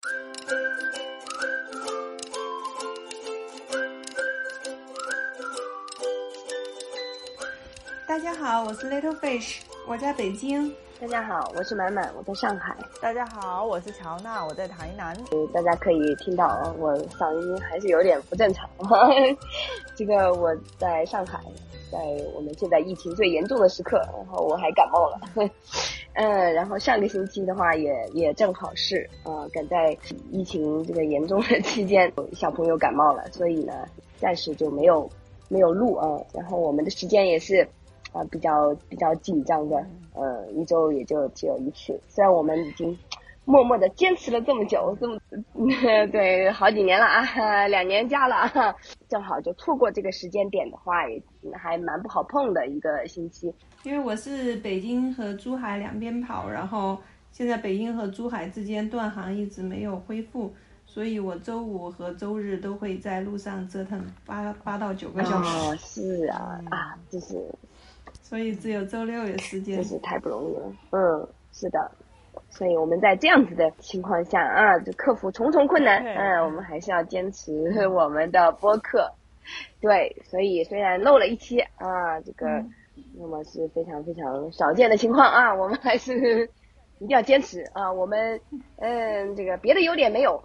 大家好，我是 Little Fish， 我在北京。 大家好，我是满满，我在上海。 大家好，我是乔娜，我在台南。 大家可以听到我嗓音还是有点不正常。这个我在上海，在我们现在疫情最严重的时刻，然后我还感冒了。然后上个星期的话也正好是赶在疫情这个严重的期间，小朋友感冒了，所以呢暂时就没有录啊。然后我们的时间也是比较紧张的，一周也就只有一次。虽然我们已经默默的坚持了这么久，对，好几年了啊，2年加了啊，正好就错过这个时间点的话，也还蛮不好碰的一个星期。 因为我是北京和珠海两边跑，然后现在北京和珠海之间断航一直没有恢复，所以我周五和周日都会在路上折腾8到9个小时。 是啊，就是。 所以只有周六有时间， 真是太不容易了。是的，所以我们在这样子的情况下就克服重重困难，我们还是要坚持我们的播客。对，所以虽然漏了一期这个那么是非常非常少见的情况我们还是一定要坚持我们这个别的优点没有，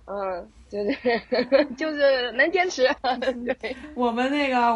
就是能坚持。对， 我们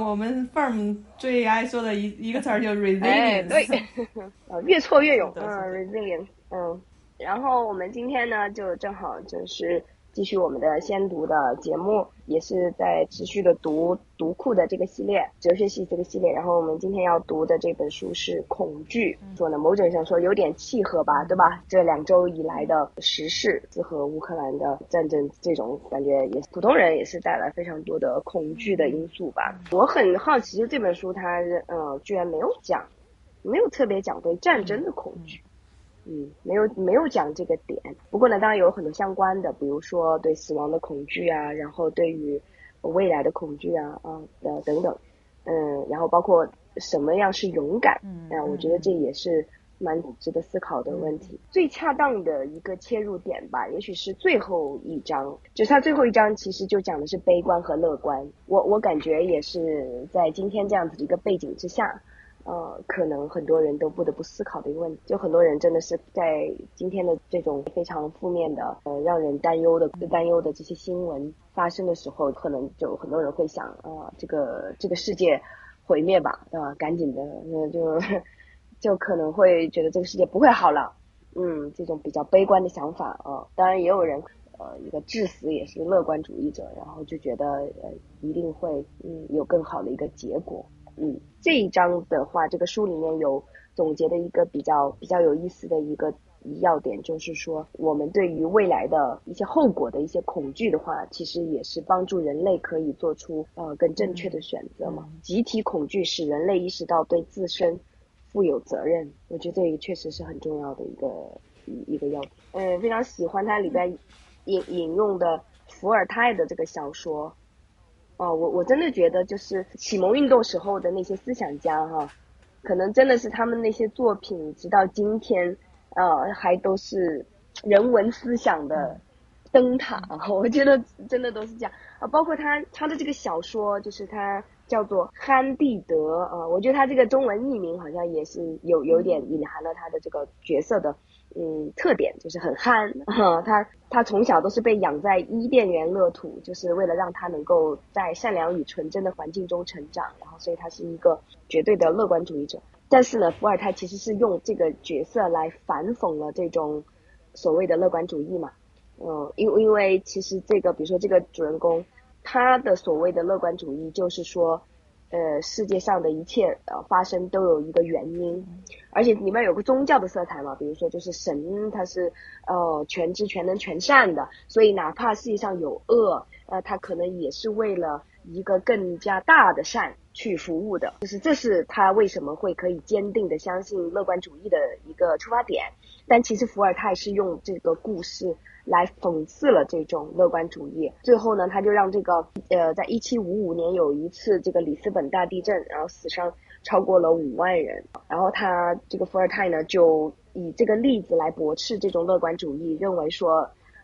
firm 最爱说的一个词儿叫 resilience。 对，越挫越勇，resilience。然后我们今天呢，就正好就是继续我们的先读的节目，也是在持续的读库的这个系列，哲学系这个系列。然后我们今天要读的这本书是《恐惧》，说呢某种意义上说有点契合吧，对吧？这2周以来的时事和乌克兰的战争，这种感觉也普通人也是带来非常多的恐惧的因素吧。我很好奇，就这本书它居然没有特别讲对战争的恐惧。没有讲这个点。不过呢，当然有很多相关的，比如说对死亡的恐惧然后对于未来的恐惧等等。然后包括什么样是勇敢我觉得这也是蛮值得思考的问题。最恰当的一个切入点吧，也许是最后一章，就是它最后一章其实就讲的是悲观和乐观。我感觉也是在今天这样子的一个背景之下，可能很多人都不得不思考的一个问题。就很多人真的是在今天的这种非常负面的让人担忧的这些新闻发生的时候，可能就很多人会想这个世界毁灭吧，赶紧的就可能会觉得这个世界不会好了。这种比较悲观的想法当然也有人一个至死也是乐观主义者，然后就觉得一定会有更好的一个结果。这一章的话，这个书里面有总结的一个比较有意思的一个要点，就是说我们对于未来的一些后果的一些恐惧的话，其实也是帮助人类可以做出更正确的选择嘛。集体恐惧使人类意识到对自身负有责任，我觉得这个确实是很重要的一个要点。非常喜欢它里边引用的伏尔泰的这个小说。我真的觉得就是启蒙运动时候的那些思想家可能真的是他们那些作品直到今天还都是人文思想的灯塔我觉得真的都是这样包括他的这个小说，就是他叫做憨地德我觉得他这个中文译名好像也是有点隐含了他的这个角色的特点，就是很憨他从小都是被养在伊甸园乐土，就是为了让他能够在善良与纯真的环境中成长，然后所以他是一个绝对的乐观主义者。但是呢，伏尔泰其实是用这个角色来反讽了这种所谓的乐观主义嘛。因为其实这个比如说这个主人公他的所谓的乐观主义就是说世界上的一切发生都有一个原因，而且里面有个宗教的色彩嘛，比如说就是神他是全知全能全善的，所以哪怕世界上有恶他可能也是为了一个更加大的善去服务的，就是这是他为什么会可以坚定的相信乐观主义的一个出发点。但其实伏尔泰是用这个故事来讽刺了这种乐观主义。最后呢，他就让这个在1755年有一次这个里斯本大地震，然后死伤超过了5万人，然后他这个伏尔泰呢就以这个例子来驳斥这种乐观主义，认为说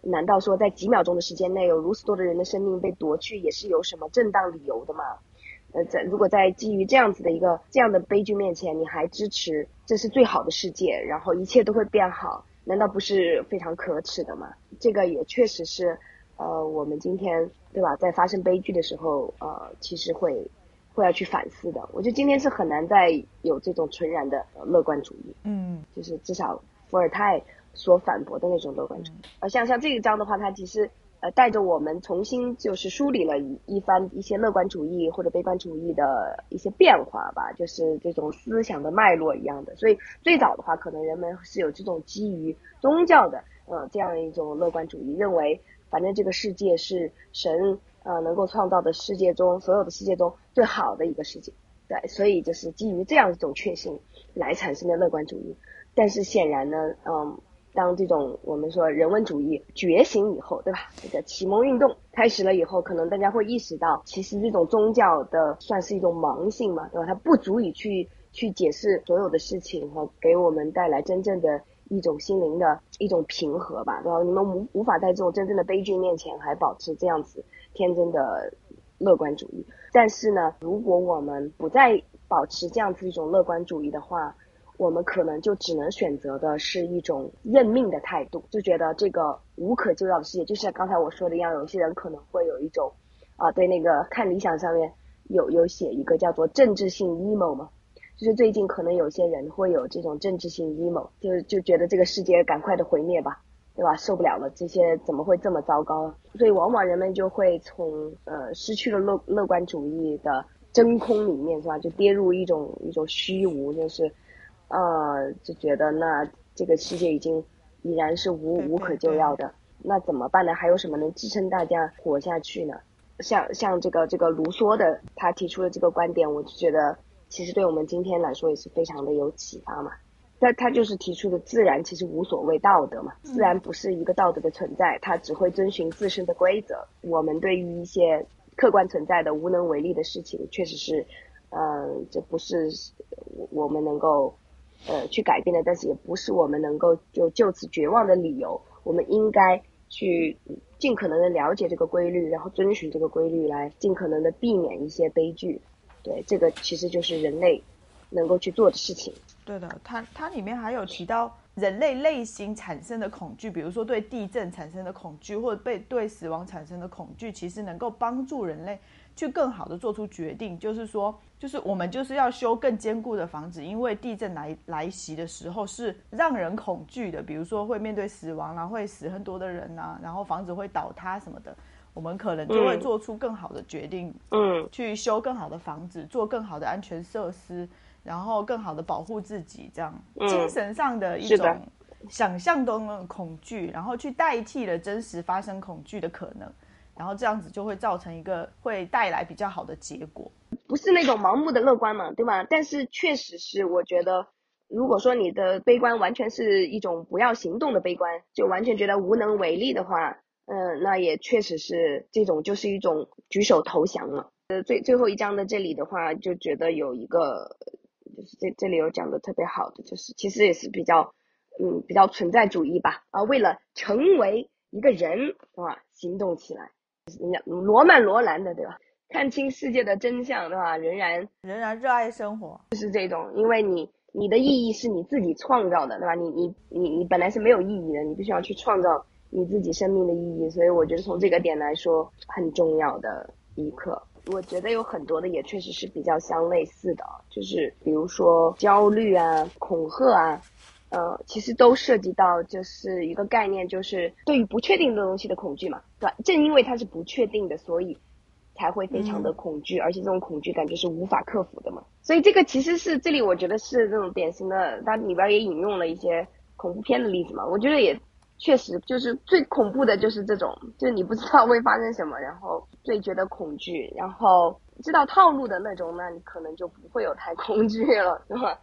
难道说在几秒钟的时间内有如此多的人的生命被夺去也是有什么正当理由的吗？如果在基于这样的悲剧面前，你还支持这是最好的世界，然后一切都会变好，难道不是非常可耻的吗？这个也确实是我们今天对吧，在发生悲剧的时候其实会要去反思的。我觉得今天是很难再有这种纯然的乐观主义，就是至少伏尔泰所反驳的那种乐观主义。像这一章的话，它其实带着我们重新就是梳理了一些乐观主义或者悲观主义的一些变化吧，就是这种思想的脉络一样的。所以最早的话，可能人们是有这种基于宗教的这样一种乐观主义，认为反正这个世界是神能够创造的世界中所有的世界中最好的一个世界，对，所以就是基于这样一种确信来产生的乐观主义。但是显然呢当这种我们说人文主义觉醒以后，对吧，这个启蒙运动开始了以后，可能大家会意识到其实这种宗教的算是一种盲性嘛，对吧，它不足以去解释所有的事情和给我们带来真正的一种心灵的一种平和吧，对吧，你们无法在这种真正的悲剧面前还保持这样子天真的乐观主义。但是呢，如果我们不再保持这样子一种乐观主义的话，我们可能就只能选择的是一种认命的态度，就觉得这个无可救药的世界，就像刚才我说的一样，有些人可能会有一种对，那个看理想上面有写一个叫做政治性 emo 嘛，就是最近可能有些人会有这种政治性 emo， 就觉得这个世界赶快的毁灭吧，对吧，受不了了，这些怎么会这么糟糕，所以往往人们就会从失去了乐观主义的真空里面，是吧，就跌入一种虚无，就是就觉得那这个世界已然是无可救药的，那怎么办呢？还有什么能支撑大家活下去呢？像这个卢梭的他提出的这个观点，我就觉得其实对我们今天来说也是非常的有启发嘛。他就是提出的自然其实无所谓道德嘛，自然不是一个道德的存在，它只会遵循自身的规则。我们对于一些客观存在的无能为力的事情，确实是这不是我们能够去改变的，但是也不是我们能够就此绝望的理由。我们应该去尽可能的了解这个规律，然后遵循这个规律来尽可能的避免一些悲剧。对，这个其实就是人类能够去做的事情。 对的，它里面还有提到人类内心产生的恐惧，比如说对地震产生的恐惧，或者对死亡产生的恐惧，其实能够帮助人类去更好的做出决定，就是说，就是我们就是要修更坚固的房子，因为地震来袭的时候是让人恐惧的，比如说会面对死亡啦，会死很多的人啊，然后房子会倒塌什么的，我们可能就会做出更好的决定，去修更好的房子，做更好的安全设施，然后更好的保护自己，这样精神上的一种想象中的恐惧，然后去代替了真实发生恐惧的可能，然后这样子就会造成一个会带来比较好的结果。 不是那种盲目的乐观嘛，对吧？但是确实是我觉得，如果说你的悲观完全是一种不要行动的悲观，就完全觉得无能为力的话，那也确实是这种就是一种举手投降嘛。最后一章的这里的话，就觉得有一个就是这里有讲的特别好的，就是其实也是比较存在主义吧，为了成为一个人行动起来，罗曼罗兰的，对吧？看清世界的真相，对吧？仍然热爱生活， 就是这种，因为你的意义是你自己创造的，对吧？你本来是没有意义的，你必须要去创造你自己生命的意义，所以我觉得从这个点来说很重要的一课。我觉得有很多的也确实是比较相类似的，就是比如说焦虑啊、恐吓啊，其实都涉及到就是一个概念，就是对于不确定的东西的恐惧嘛，对吧？正因为它是不确定的，所以才会非常的恐惧，而且这种恐惧感觉是无法克服的嘛。所以这个其实是这里我觉得是这种典型的，它里边也引用了一些恐怖片的例子嘛。我觉得也确实就是最恐怖的就是这种，就是你不知道会发生什么，然后最觉得恐惧，然后知道套路的那种，那你可能就不会有太恐惧了，是吧？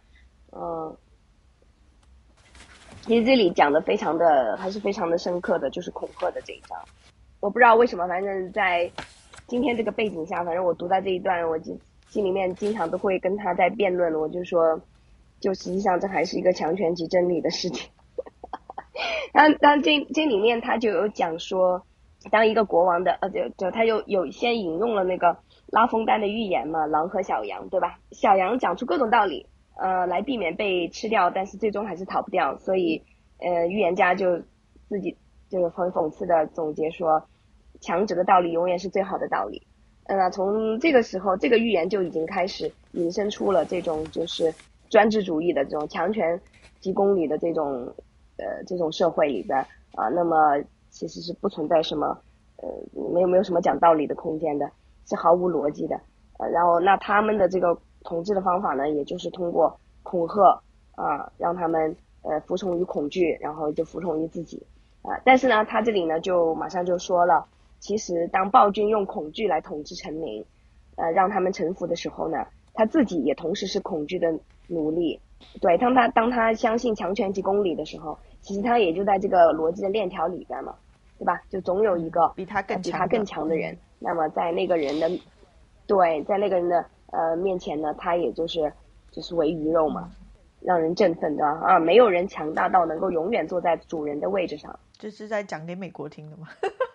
其实这里讲的还是非常的深刻的，就是恐吓的这一章。我不知道为什么，反正在今天这个背景下，反正我读到这一段，我就心里面经常都会跟他在辩论，我就说，就实际上这还是一个强权即真理的事情。 但这里面他就有讲说，当一个国王的他有先引用了那个拉封丹的寓言嘛，狼和小羊，对吧？小羊讲出各种道理，来避免被吃掉，但是最终还是逃不掉，所以预言家就自己就很讽刺的总结说，强者的道理永远是最好的道理。那从这个时候，这个预言就已经开始引申出了这种就是专制主义的这种强权及公理的这种社会里边啊，那么其实是不存在什么没有什么讲道理的空间的，是毫无逻辑的。然后那他们的这个统治的方法呢，也就是通过恐吓啊，让他们服从于恐惧，然后就服从于自己啊。但是呢，他这里呢就马上就说了，其实当暴君用恐惧来统治臣民，让他们臣服的时候呢，他自己也同时是恐惧的奴隶。对，当他相信强权及公理的时候，其实他也就在这个逻辑的链条里边嘛，对吧？就总有一个比他更强的人。那么在那个人的面前呢，他也就是为鱼肉嘛，让人振奋的啊！没有人强大到能够永远坐在主人的位置上。 这是在讲给美国听的吗？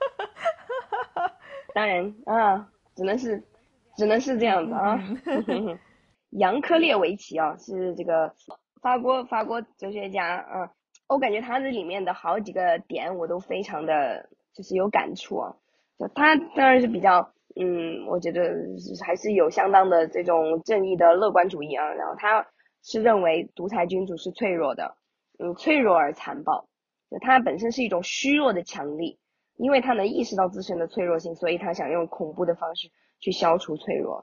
当然啊，只能是这样子啊。扬科列维奇啊，是这个法国哲学家啊。我感觉他这里面的好几个点我都非常的就是有感触啊。就他当然是比较我觉得还是有相当的这种正义的乐观主义啊。然后他是认为独裁君主是脆弱的，脆弱而残暴，就他本身是一种虚弱的强力，因为他能意识到自身的脆弱性，所以他想用恐怖的方式去消除脆弱。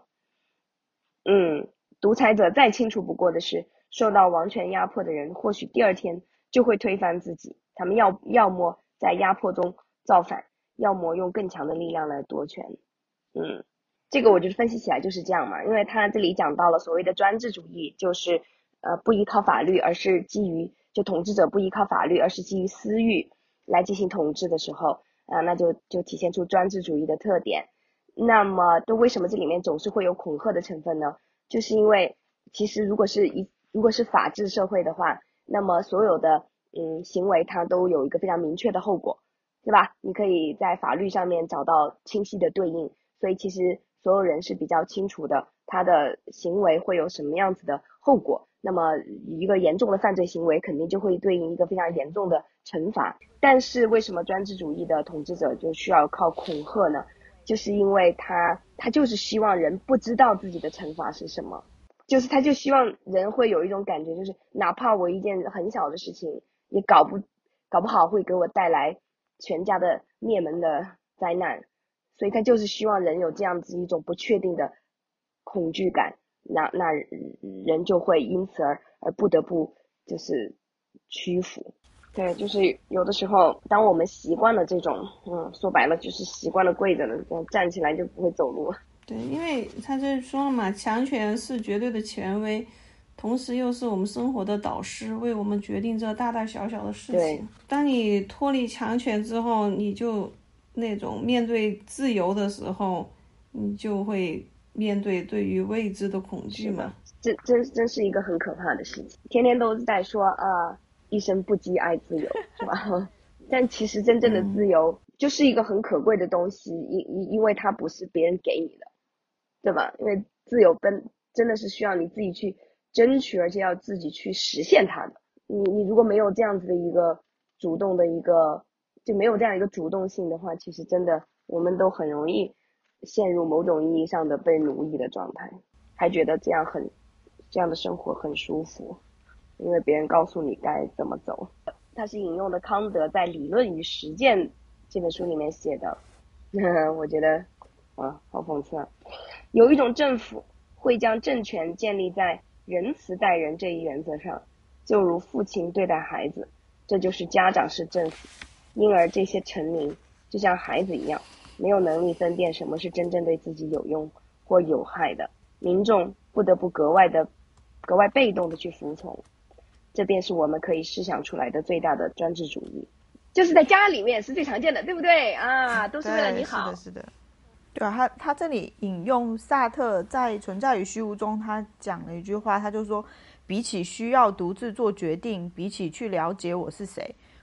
独裁者再清楚不过的是，受到王权压迫的人或许第二天就会推翻自己，他们要么在压迫中造反，要么用更强的力量来夺权。这个我觉得分析起来就是这样嘛，因为他这里讲到了所谓的专制主义，就是不依靠法律，而是基于就统治者不依靠法律，而是基于私欲来进行统治的时候那就体现出专制主义的特点。那么为什么这里面总是会有恐吓的成分呢？就是因为其实如果是法治社会的话，那么所有的行为它都有一个非常明确的后果，对吧？你可以在法律上面找到清晰的对应，所以其实所有人是比较清楚的他的行为会有什么样子的后果，那么一个严重的犯罪行为肯定就会对应一个非常严重的惩罚。但是为什么专制主义的统治者就需要靠恐吓呢？就是因为他就是希望人不知道自己的惩罚是什么，就是他就希望人会有一种感觉，就是哪怕我一件很小的事情也搞不好会给我带来全家的灭门的灾难，所以他就是希望人有这样子一种不确定的恐惧感，那人就会因此而不得不就是屈服。对，就是有的时候当我们习惯了这种说白了就是习惯了跪着的，站起来就不会走路。 对，因为他这说了嘛，强权是绝对的权威，同时又是我们生活的导师，为我们决定这大大小小的事情。当你脱离强权之后，你就那种面对自由的时候，你就会面对对于未知的恐惧嘛。 这真是一个很可怕的事情，天天都在说一生不羁爱自由，是吧？但其实真正的自由就是一个很可贵的东西，因为它不是别人给你的，对吧？因为自由真的是需要你自己去争取，而且要自己去实现它的。你如果没有这样子的一个主动的就没有这样一个主动性的话，其实真的我们都很容易陷入某种意义上的被奴役的状态，还觉得这样的生活很舒服，因为别人告诉你该怎么走。他是引用的康德在《理论与实践》这本书里面写的，我觉得好讽刺啊！有一种政府会将政权建立在仁慈待人这一原则上，就如父亲对待孩子，这就是家长式政府。因而这些臣民就像孩子一样，没有能力分辨什么是真正对自己有用或有害的，民众不得不格外被动的去服从。这便是我们可以试想出来的最大的专制主义，就是在家里面是最常见的，对不对啊？都是为了你好。 是的。对啊，他这里引用萨特在《存在与虚无》中，他讲了一句话，他就说，比起需要独自做决定，比起去了解我是谁，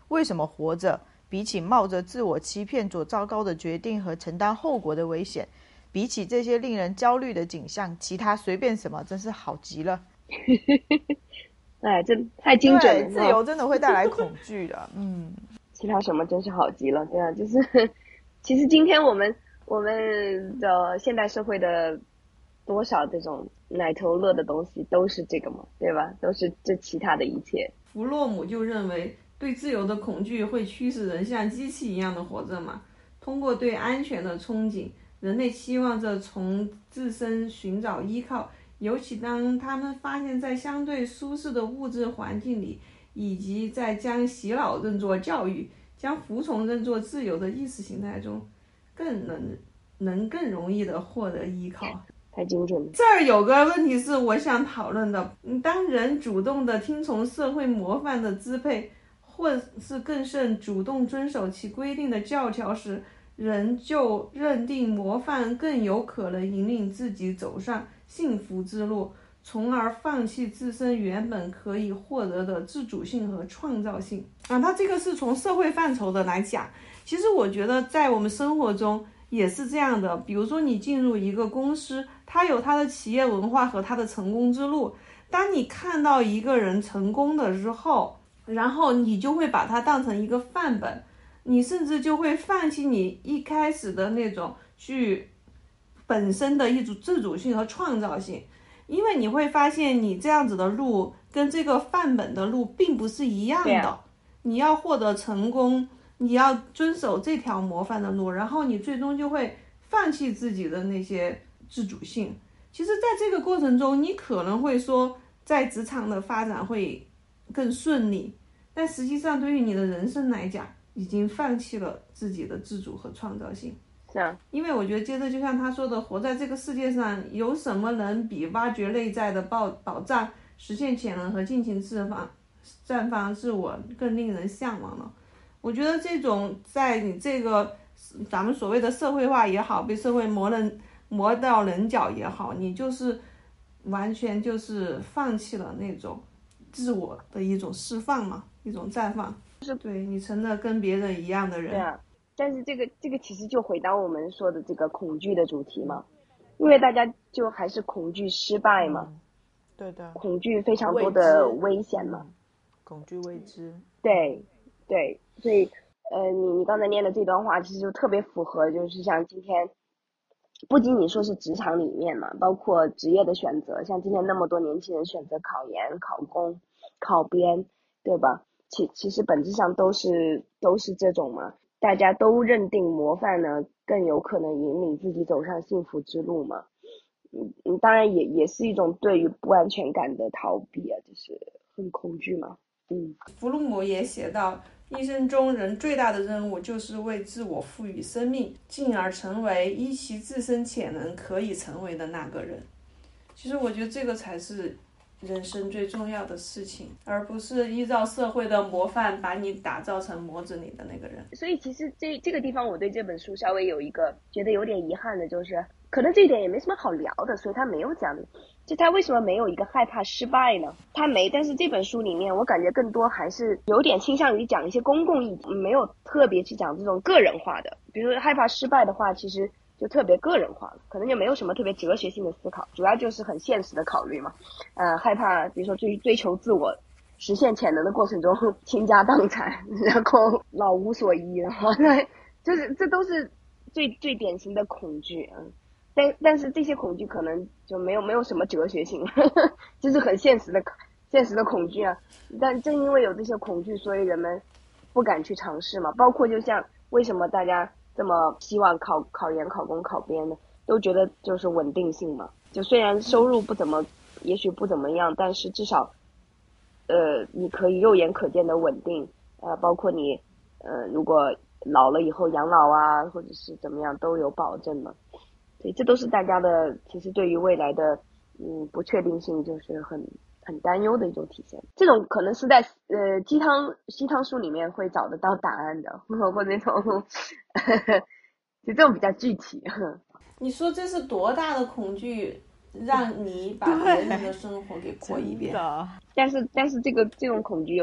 为什么活着比起冒着自我欺骗做糟糕的决定和承担后果的危险，比起这些令人焦虑的景象，其他随便什么真是好极了。 哎，真太精准了。 对，自由真的会带来恐惧的。 其他什么真是好极了。对啊，就是其实今天我们的现代社会的多少这种奶头乐的东西都是这个嘛，对吧？都是这其他的一切。 弗洛姆就认为，对自由的恐惧会驱使人像机器一样的活着嘛。通过对安全的憧憬，人类期望着从自身寻找依靠，尤其当他们发现在相对舒适的物质环境里，以及在将洗脑认作教育、将服从认作自由的意识形态中，更更容易的获得依靠。 太精准了。 这儿有个问题是我想讨论的，当人主动的听从社会模范的支配，或是更甚主动遵守其规定的教条时，人就认定模范更有可能引领自己走上幸福之路，从而放弃自身原本可以获得的自主性和创造性。它这个是从社会范畴的来讲，其实我觉得在我们生活中也是这样的。比如说你进入一个公司，它有它的企业文化和它的成功之路，当你看到一个人成功的时候，然后你就会把它当成一个范本，你甚至就会放弃你一开始的那种去本身的一种自主性和创造性，因为你会发现你这样子的路跟这个范本的路并不是一样的。你要获得成功，你要遵守这条模范的路，然后你最终就会放弃自己的那些自主性。其实在这个过程中，你可能会说在职场的发展会更顺利，但实际上对于你的人生来讲，已经放弃了自己的自主和创造性。 是啊， 因为我觉得接着就像他说的，活在这个世界上，有什么能比挖掘内在的宝藏，实现潜能和尽情绽放自我更令人向往呢？我觉得这种在你这个咱们所谓的社会化也好，被社会磨到棱角也好，你就是完全就是放弃了那种自我的一种释放嘛，一种绽放，对，你成了跟别人一样的人。 对啊，但是这个其实就回到我们说的这个恐惧的主题嘛，因为大家就还是恐惧失败嘛， 对的， 恐惧非常多的危险嘛， 恐惧未知。 对，所以你刚才念的这段话其实就特别符合，就是像今天不仅仅说是职场里面嘛，包括职业的选择，像今天那么多年轻人选择考研、考公、考编，对吧？其实本质上都是这种嘛，大家都认定模范呢更有可能引领自己走上幸福之路嘛。当然也是一种对于不安全感的逃避啊，就是很恐惧嘛。 弗洛姆也写到，一生中人最大的任务就是为自我赋予生命，进而成为依其自身潜能可以成为的那个人。其实我觉得这个才是人生最重要的事情，而不是依照社会的模范把你打造成模子里的那个人。 所以其实这个地方我对这本书稍微有一个觉得有点遗憾的，就是可能这一点也没什么好聊的，所以他没有讲，就他为什么没有一个害怕失败呢？他没，但是这本书里面我感觉更多还是有点倾向于讲一些公共议题，没有特别去讲这种个人化的。比如说害怕失败的话，其实就特别个人化了，可能就没有什么特别哲学性的思考，主要就是很现实的考虑嘛。害怕比如说追求自我实现潜能的过程中倾家荡产，然后老无所依，然后就是这都是最典型的恐惧。但是这些恐惧可能就没有什么哲学性，就是很现实的恐惧啊。但正因为有这些恐惧，所以人们不敢去尝试嘛。包括就像为什么大家这么希望考研、考公、考编呢？都觉得就是稳定性嘛。就虽然收入也许不怎么样，但是至少你可以肉眼可见的稳定，包括你如果老了以后养老啊，或者是怎么样都有保证嘛。所以这都是大家的其实对于未来的不确定性就是很担忧的一种体现。这种可能是在鸡汤书里面会找得到答案的，或者那种就这种比较具体。 你说这是多大的恐惧，让你把别人的生活给过一遍？ 但是这种恐惧又是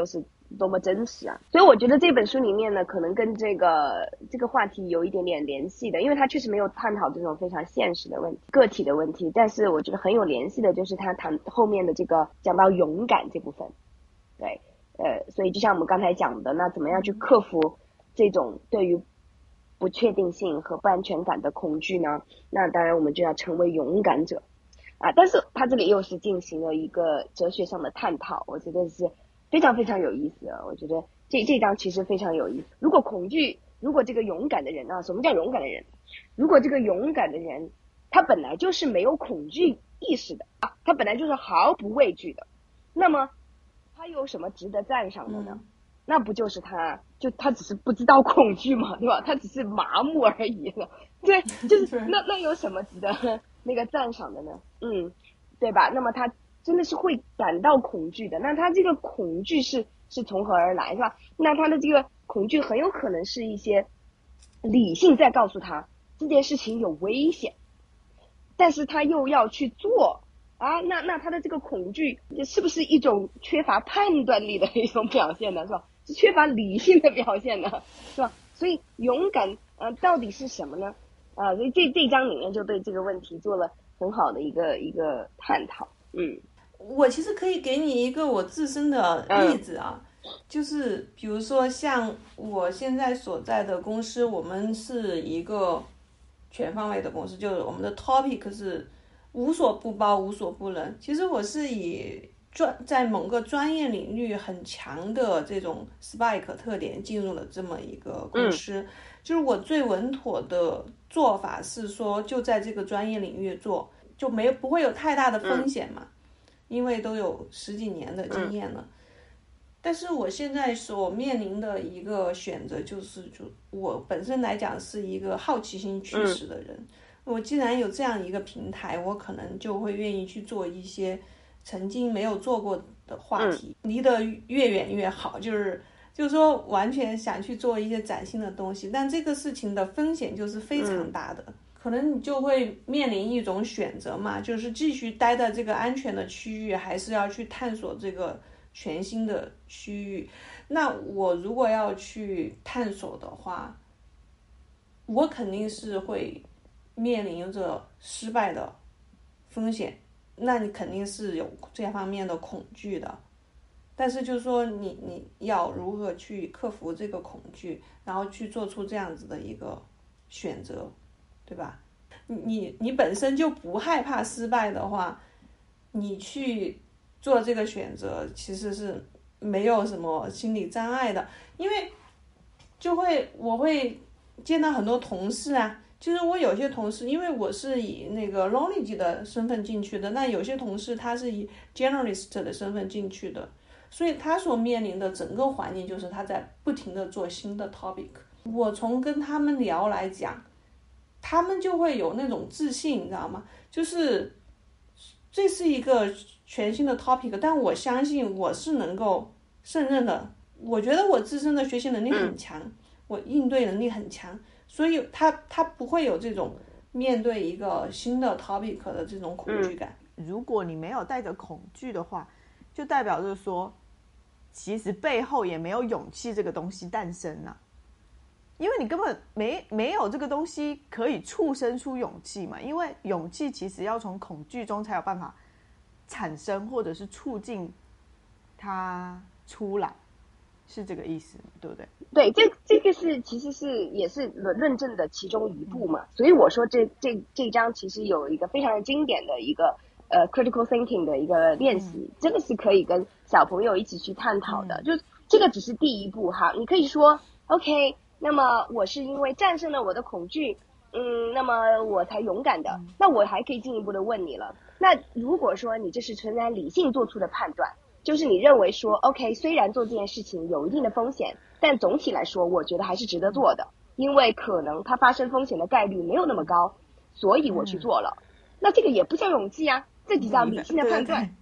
多么真实啊！所以我觉得这本书里面呢，可能跟这个话题有一点点联系的，因为它确实没有探讨这种非常现实的问题、个体的问题，但是我觉得很有联系的，就是他谈后面的这个讲到勇敢这部分。对，所以就像我们刚才讲的，那怎么样去克服这种对于不确定性和不安全感的恐惧呢？那当然我们就要成为勇敢者啊！但是他这里又是进行了一个哲学上的探讨，我觉得是非常非常有意思的。我觉得这章其实非常有意思。如果这个勇敢的人啊，什么叫勇敢的人？如果这个勇敢的人他本来就是没有恐惧意识的啊，他本来就是毫不畏惧的，那么他有什么值得赞赏的呢？那不就是他只是不知道恐惧嘛，对吧？他只是麻木而已了。对，就是那有什么值得那个赞赏的呢？对吧？那么他真的是会感到恐惧的，那他这个恐惧是从何而来，是吧？那他的这个恐惧很有可能是一些理性在告诉他这件事情有危险，但是他又要去做啊，那他的这个恐惧是不是一种缺乏判断力的一种表现呢？是吧？是缺乏理性的表现呢？是吧？所以勇敢到底是什么呢？所以这章里面就对这个问题做了很好的一个探讨。 我其实可以给你一个我自身的例子啊，就是比如说像我现在所在的公司，我们是一个全方位的公司，就是我们的 topic 是无所不包、无所不能。其实我是以在某个专业领域很强的这种 spike 特点进入了这么一个公司，就是我最稳妥的做法是说，就在这个专业领域做，就不会有太大的风险嘛，因为都有10几年的经验了。但是我现在所面临的一个选择就我本身来讲是一个好奇心驱使的人，我既然有这样一个平台，我可能就会愿意去做一些曾经没有做过的话题，离得越远越好，就是说完全想去做一些崭新的东西，但这个事情的风险就是非常大的，可能你就会面临一种选择嘛，就是继续待在这个安全的区域，还是要去探索这个全新的区域。那我如果要去探索的话，我肯定是会面临着失败的风险，那你肯定是有这方面的恐惧的。但是就是说你要如何去克服这个恐惧，然后去做出这样子的一个选择，对吧？你本身就不害怕失败的话，你去做这个选择其实是没有什么心理障碍的。因为我会见到很多同事啊，就是我有些同事，因为我是以那个 knowledge 的身份进去的，那有些同事他是以 generalist 的身份进去的，所以他所面临的整个环境就是他在不停的做新的 topic。我从跟他们聊来讲，他们就会有那种自信，你知道吗？就是这是一个全新的 topic， 但我相信我是能够胜任的。我觉得我自身的学习能力很强，我应对能力很强，所以他不会有这种面对一个新的 topic 的这种恐惧感。 如果你没有带着恐惧的话，就代表着说，其实背后也没有勇气这个东西诞生啊。因为你根本没有这个东西可以促生出勇气嘛，因为勇气其实要从恐惧中才有办法产生，或者是促进它出来，是这个意思，对不对？ 对，这个其实也是论证的其中一步嘛。所以我说这章其实有一个非常经典的一个critical thinking 的一个练习，真的是可以跟小朋友一起去探讨的。就这个只是第一步哈，你可以说 OK， 那么我是因为战胜了我的恐惧，那么我才勇敢的。那我还可以进一步的问你了，那如果说你这是存在理性做出的判断，就是你认为说 OK， 虽然做这件事情有一定的风险，但总体来说我觉得还是值得做的，因为可能它发生风险的概率没有那么高，所以我去做了。那这个也不叫勇气啊，这只叫理性的判断。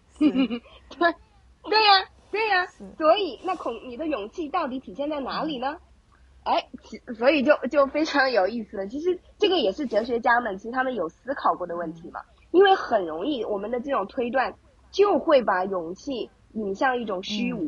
对呀，所以那你的勇气到底体现在哪里呢？所以就非常有意思了。其实这个也是哲学家们其实他们有思考过的问题嘛，因为很容易我们的这种推断就会把勇气引向一种虚无，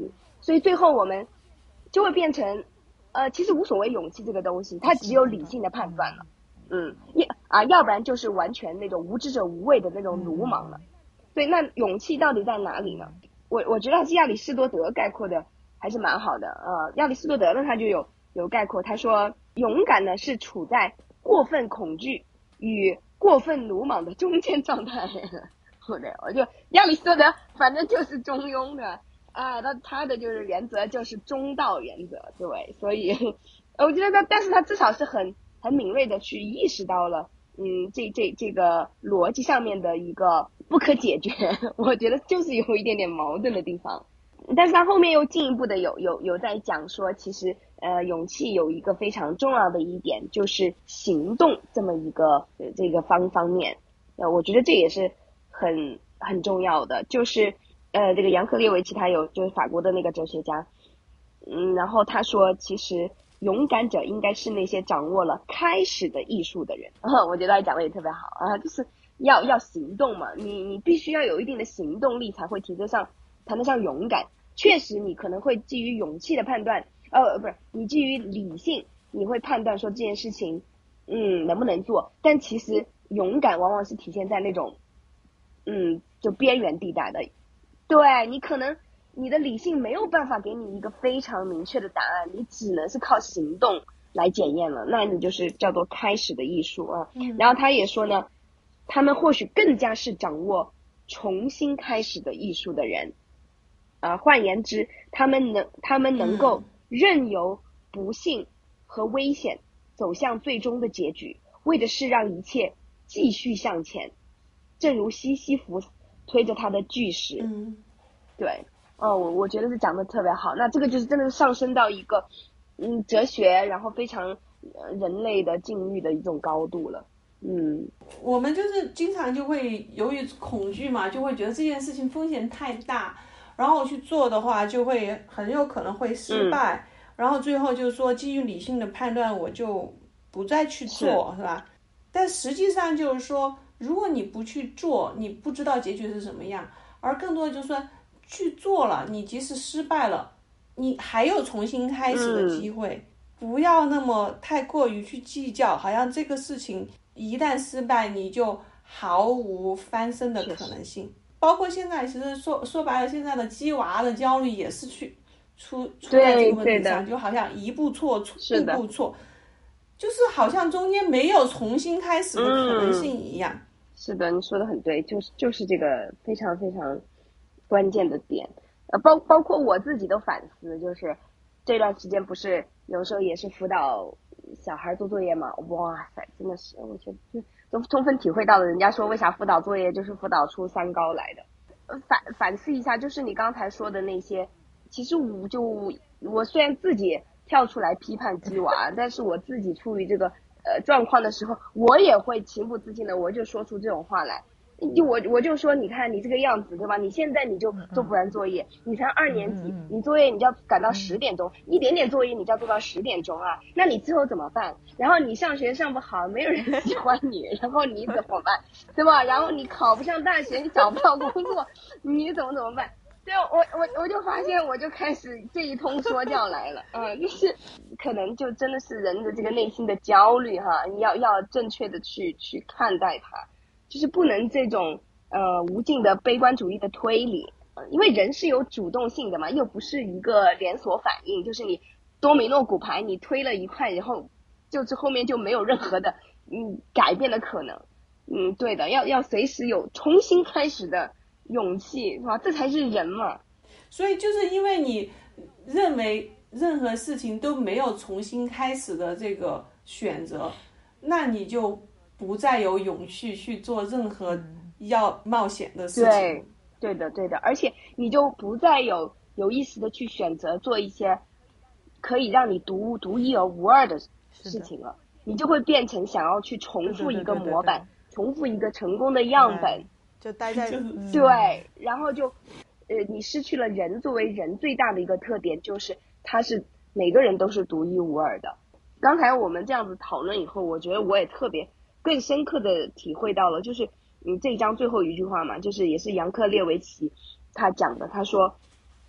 所以最后我们就会变成，其实无所谓勇气这个东西，它只有理性的判断了。要不然就是完全那种无知者无畏的那种鲁莽了。所以那勇气到底在哪里呢？我觉得是亚里士多德概括的还是蛮好的。亚里士多德呢他就有概括，他说勇敢呢是处在过分恐惧与过分鲁莽的中间状态。对，我就亚里士多德反正就是中庸的他的就是原则就是中道原则。对，所以我觉得但是他至少是很敏锐的去意识到了这个逻辑上面的一个不可解决，我觉得就是有一点点矛盾的地方。但是他后面又进一步的有在讲说，其实勇气有一个非常重要的一点，就是行动这么一个这个方面。我觉得这也是很重要的。就是这个杨克列维奇他就是法国的那个哲学家，然后他说其实勇敢者应该是那些掌握了开始的艺术的人。我觉得他讲的也特别好就是要行动嘛，你必须要有一定的行动力才会谈得上勇敢。确实你可能会基于勇气的判断不是，你基于理性你会判断说这件事情能不能做，但其实勇敢往往是体现在那种就边缘地带的。对，你可能你的理性没有办法给你一个非常明确的答案，你只能是靠行动来检验了，那你就是叫做开始的艺术然后他也说呢，他们或许更加是掌握重新开始的艺术的人换言之，他们能够任由不幸和危险走向最终的结局，为的是让一切继续向前，正如西西弗推着他的巨石。对我觉得是讲的特别好。那这个就是真的是上升到一个哲学然后非常人类的境遇的一种高度了。 我们就是经常就会由于恐惧嘛，就会觉得这件事情风险太大，然后去做的话就会很有可能会失败，然后最后就是说基于理性的判断我就不再去做，是吧？但实际上就是说，如果你不去做，你不知道结局是什么样，而更多的就是说去做了，你即使失败了，你还有重新开始的机会。不要那么太过于去计较，好像这个事情一旦失败你就毫无翻身的可能性。包括现在其实说白了，现在的鸡娃的焦虑也是出在这个问题上，就好像一步错步步错，就是好像中间没有重新开始的可能性一样。 是的，你说的很对，就是这个非常非常关键的点。包括我自己都反思，就是这段时间不是有时候也是辅导小孩做作业嘛，哇塞，真的是我觉得都充分体会到了人家说为啥辅导作业就是辅导出3高来的。反思一下，就是你刚才说的那些，其实我虽然自己跳出来批判鸡娃，但是我自己处于这个状况的时候，我也会情不自禁的我就说出这种话来。我就说你看你这个样子对吧，你现在你就做不完作业，你才2年级，你作业你就要赶到10点钟，一点点作业你就要做到10点钟那你之后怎么办？然后你上学上不好，没有人喜欢你，然后你怎么办，对吧？然后你考不上大学，你找不到工作，你怎么办？对，我就发现我就开始这一通说教来了就是可能就真的是人的这个内心的焦虑你要正确的去看待它，就是不能这种无尽的悲观主义的推理，因为人是有主动性的嘛，又不是一个连锁反应，就是你多米诺骨牌你推了一块以后，就是后面就没有任何的改变的可能。对的，要随时有重新开始的勇气，是吧？这才是人嘛。 所以就是因为你认为任何事情都没有重新开始的这个选择，那你就不再有勇气去做任何要冒险的事情。 对的，而且你就不再有意识的去选择做一些可以让你独一而无二的事情了，你就会变成想要去重复一个模板，重复一个成功的样本， 就待在对，然后就你失去了人作为人最大的一个特点，就是他是每个人都是独一无二的。刚才我们这样子讨论以后，我觉得我也更深刻的体会到了，就是这一章最后一句话嘛，就是也是杨克列维奇他讲的，他说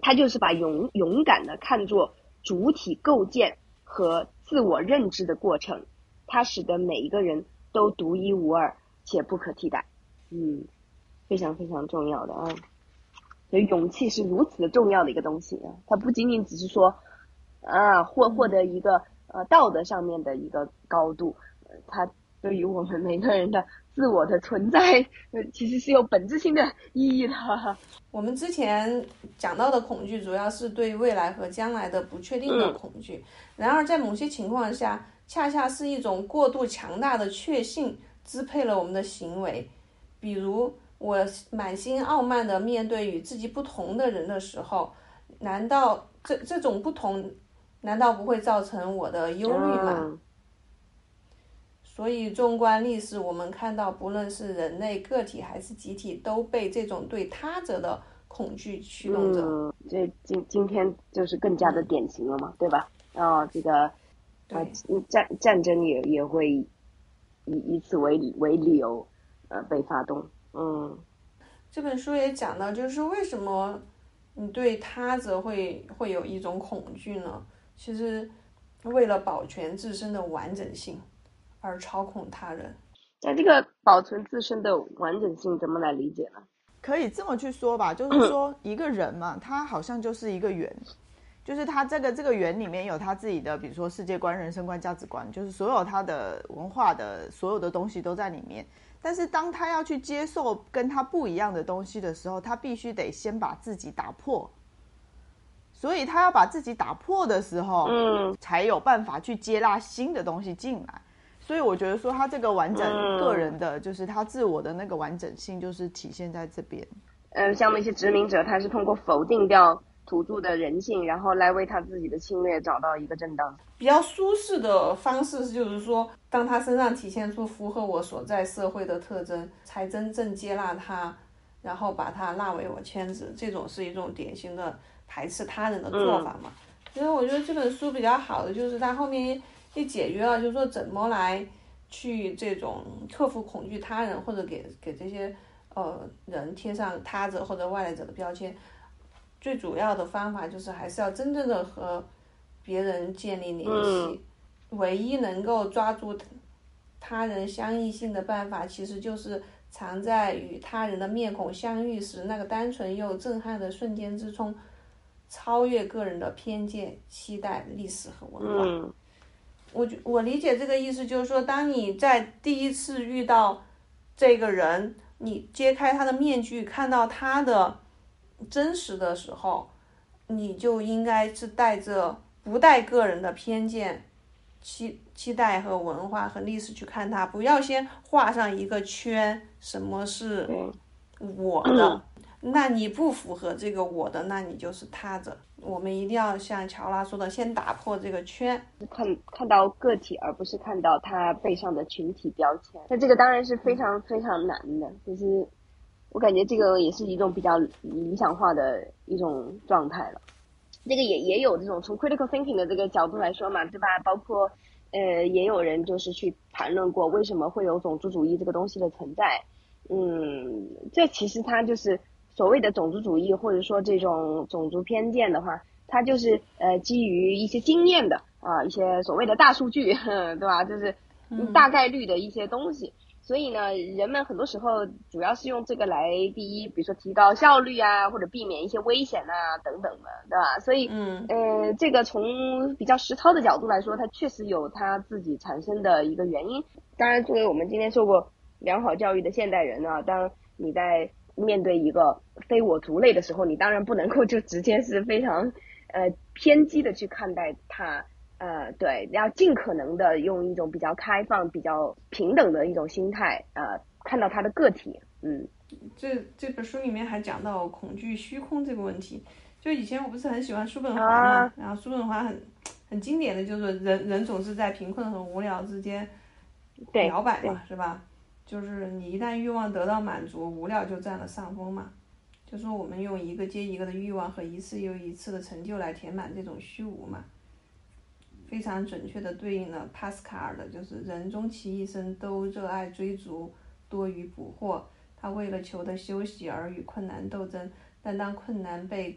它就是把勇敢的看作主体构建和自我认知的过程，它使得每一个人都独一无二且不可替代。非常非常重要的啊。所以勇气是如此的重要的一个东西啊，它不仅仅只是说获得一个道德上面的一个高度，它对于我们每个人的自我的存在其实是有本质性的意义的。 我们之前讲到的恐惧主要是对未来和将来的不确定的恐惧，然而在某些情况下恰恰是一种过度强大的确信支配了我们的行为。比如我满心傲慢地面对与自己不同的人的时候，难道这种不同难道不会造成我的忧虑吗？所以纵观历史，我们看到不论是人类个体还是集体，都被这种对他者的恐惧驱动着。 这今天就是更加的典型了嘛，对吧？这个战争也会以此为理由被发动。 这本书也讲到，就是为什么你对他者会有一种恐惧呢？其实为了保全自身的完整性而操控他人。 那这个保存自身的完整性怎么来理解呢？ 可以这么去说吧，就是说一个人嘛，他好像就是一个圆，就是他这个圆里面有他自己的，比如说世界观、人生观、价值观，就是所有他的文化的所有的东西都在里面。但是当他要去接受跟他不一样的东西的时候，他必须得先把自己打破。所以他要把自己打破的时候，才有办法去接纳新的东西进来。所以我觉得说他这个完整个人的，就是他自我的那个完整性，就是体现在这边。 像那些殖民者，他是通过否定掉土著的人性，然后来为他自己的侵略找到一个正当。 比较舒适的方式就是说，当他身上体现出符合我所在社会的特征，才真正接纳他，然后把他纳为我圈子。这种是一种典型的排斥他人的做法嘛。所以我觉得这本书比较好的就是他后面也解决了，就是说怎么来去这种克服恐惧他人，或者给这些人贴上他者或者外来者的标签。最主要的方法就是还是要真正的和别人建立联系。唯一能够抓住他人相异性的办法，其实就是藏在与他人的面孔相遇时那个单纯又震撼的瞬间之中，超越个人的偏见、期待、历史和文化。我理解这个意思，就是说，当你在第一次遇到这个人，你揭开他的面具，看到他的真实的时候，你就应该是不带个人的偏见、期待和文化和历史去看他，不要先画上一个圈，什么是我的，那你不符合这个我的，那你就是他者。我们一定要像乔拉说的，先打破这个圈， 看到个体，而不是看到他背上的群体标签。那这个当然是非常非常难的，就是我感觉这个也是一种比较理想化的一种状态了。这个也有这种从 critical thinking 的这个角度来说嘛，对吧？包括也有人就是去谈论过为什么会有种族主义这个东西的存在。这其实它就是所谓的种族主义，或者说这种种族偏见的话，它就是基于一些经验的一些所谓的大数据，对吧？就是大概率的一些东西。所以呢，人们很多时候主要是用这个来第一，比如说提高效率啊，或者避免一些危险啊等等的，对吧？所以这个从比较实操的角度来说，它确实有它自己产生的一个原因。当然，作为我们今天受过良好教育的现代人啊，当你在面对一个非我族类的时候，你当然不能够就直接是非常偏激的去看待它。对，要尽可能的用一种比较开放、比较平等的一种心态，看到他的个体。 这本书里面还讲到恐惧虚空这个问题。就以前我不是很喜欢叔本华嘛，然后叔本华很经典的就是人总是在贫困和无聊之间摇摆嘛，是吧？就是你一旦欲望得到满足，无聊就占了上风嘛。就说我们用一个接一个的欲望和一次又一次的成就来填满这种虚无嘛。非常准确地对应了帕斯卡尔的，就是人终其一生都热爱追逐多于捕获，他为了求得休息而与困难斗争，但当困难被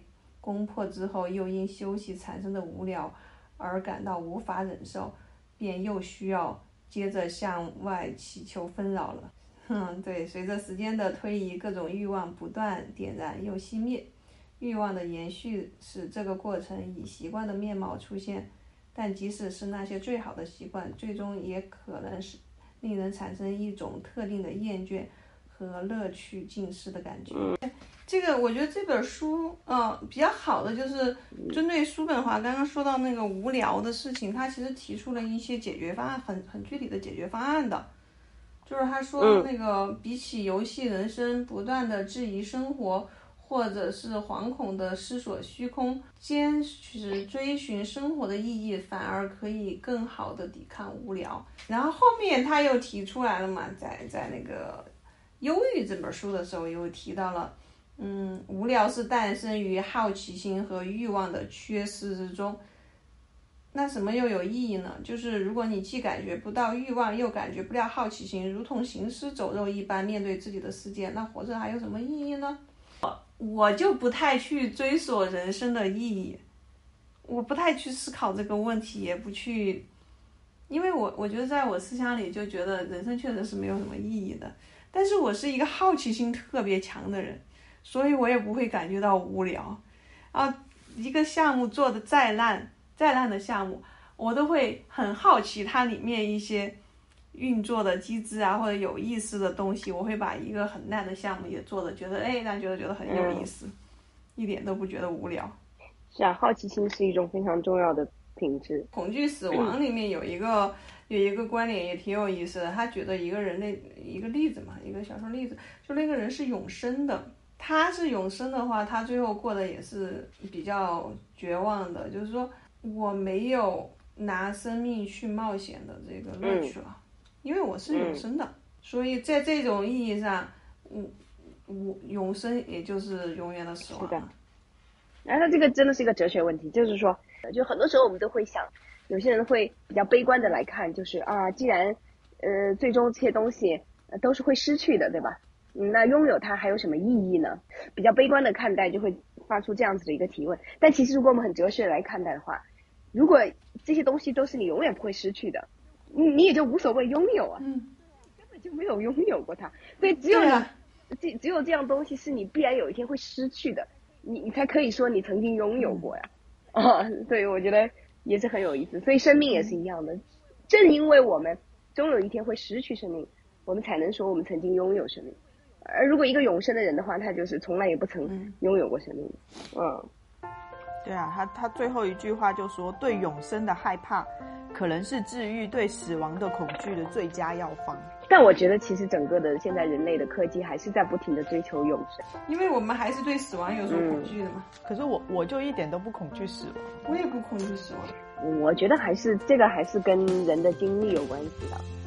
攻破之后，又因休息产生的无聊而感到无法忍受，便又需要接着向外祈求纷扰了。对，随着时间的推移，各种欲望不断点燃又熄灭，欲望的延续使这个过程以习惯的面貌出现，但即使是那些最好的习惯，最终也可能是令人产生一种特定的厌倦和乐趣尽失的感觉。这个我觉得这本书比较好的就是针对叔本华刚刚说到那个无聊的事情，他其实提出了一些解决方案，很具体的解决方案的。就是他说那个比起游戏人生，不断的质疑生活或者是惶恐的思索虚空，坚持追寻生活的意义，反而可以更好的抵抗无聊。然后后面他又提出来了嘛，在那个忧郁这本书的时候又提到了无聊是诞生于好奇心和欲望的缺失之中。那什么又有意义呢？就是如果你既感觉不到欲望，又感觉不了好奇心，如同行尸走肉一般面对自己的世界，那活着还有什么意义呢？我就不太去追索人生的意义，我不太去思考这个问题，也不去，因为我觉得在我思想里就觉得人生确实是没有什么意义的。但是我是一个好奇心特别强的人，所以我也不会感觉到无聊一个项目做的再烂的项目，我都会很好奇它里面一些运作的机制啊，或者有意思的东西，我会把一个很烂的项目也做的觉得让觉得很有意思，一点都不觉得无聊。 是啊，好奇心是一种非常重要的品质。 恐惧死亡里面有一个观点也挺有意思的，他觉得一个人的一个例子嘛，一个小说例子，就那个人是永生的，他是永生的话，他最后过得也是比较绝望的，就是说我没有拿生命去冒险的这个乐趣了，因为我是永生的，所以在这种意义上，我永生也就是永远的死亡。 是的，然后这个真的是一个哲学问题，就是说，就很多时候我们都会想，有些人会比较悲观的来看，就是既然最终这些东西都是会失去的，对吧？那拥有它还有什么意义呢？比较悲观的看待，就会发出这样子的一个提问。但其实如果我们很哲学来看待的话，如果这些东西都是你永远不会失去的，你也就无所谓拥有啊，根本就没有拥有过它。所以只有这样东西是你必然有一天会失去的，你才可以说你曾经拥有过呀。对，我觉得也是很有意思。所以生命也是一样的，正因为我们终有一天会失去生命，我们才能说我们曾经拥有生命。而如果一个永生的人的话，他就是从来也不曾拥有过生命。 对啊，他最后一句话就说，对永生的害怕可能是治愈对死亡的恐惧的最佳药方。 但我觉得其实整个的现在人类的科技还是在不停的追求永生， 因为我们还是对死亡有所恐惧的嘛。 可是我就一点都不恐惧死亡， 我也不恐惧死亡。 我觉得还是这个还是跟人的经历有关系的。